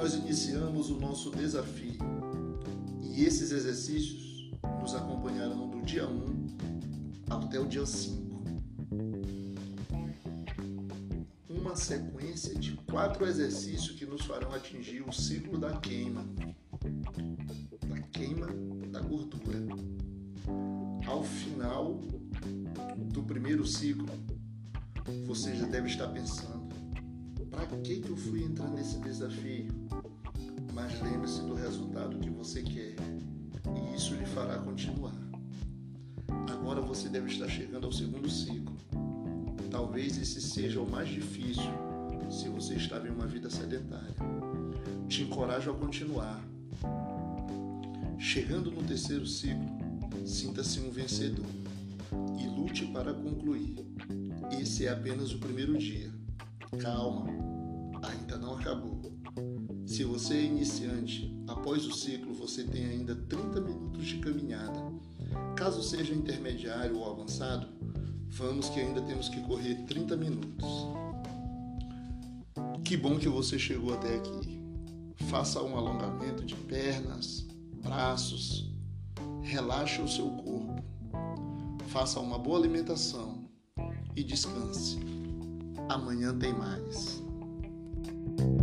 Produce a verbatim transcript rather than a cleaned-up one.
nós iniciamos o nosso desafio e esses exercícios nos acompanharão do dia um até o dia cinco. Uma sequência de quatro exercícios que nos farão atingir o ciclo da queima, da queima da gordura. Ao final do primeiro ciclo, você já deve estar pensando: para que que eu fui entrar nesse desafio? Mas lembre-se do resultado que você quer e isso lhe fará continuar. Agora você deve estar chegando ao segundo ciclo. Talvez esse seja o mais difícil se você estava em uma vida sedentária. Te encorajo a continuar. Chegando no terceiro ciclo, sinta-se um vencedor e lute para concluir. Esse é apenas o primeiro dia. Calma, ainda não acabou. Se você é iniciante, após o ciclo você tem ainda trinta minutos de caminhada. Caso seja intermediário ou avançado, vamos que ainda temos que correr trinta minutos. Que bom que você chegou até aqui. Faça um alongamento de pernas, braços, relaxe o seu corpo. Faça uma boa alimentação e descanse. Amanhã tem mais.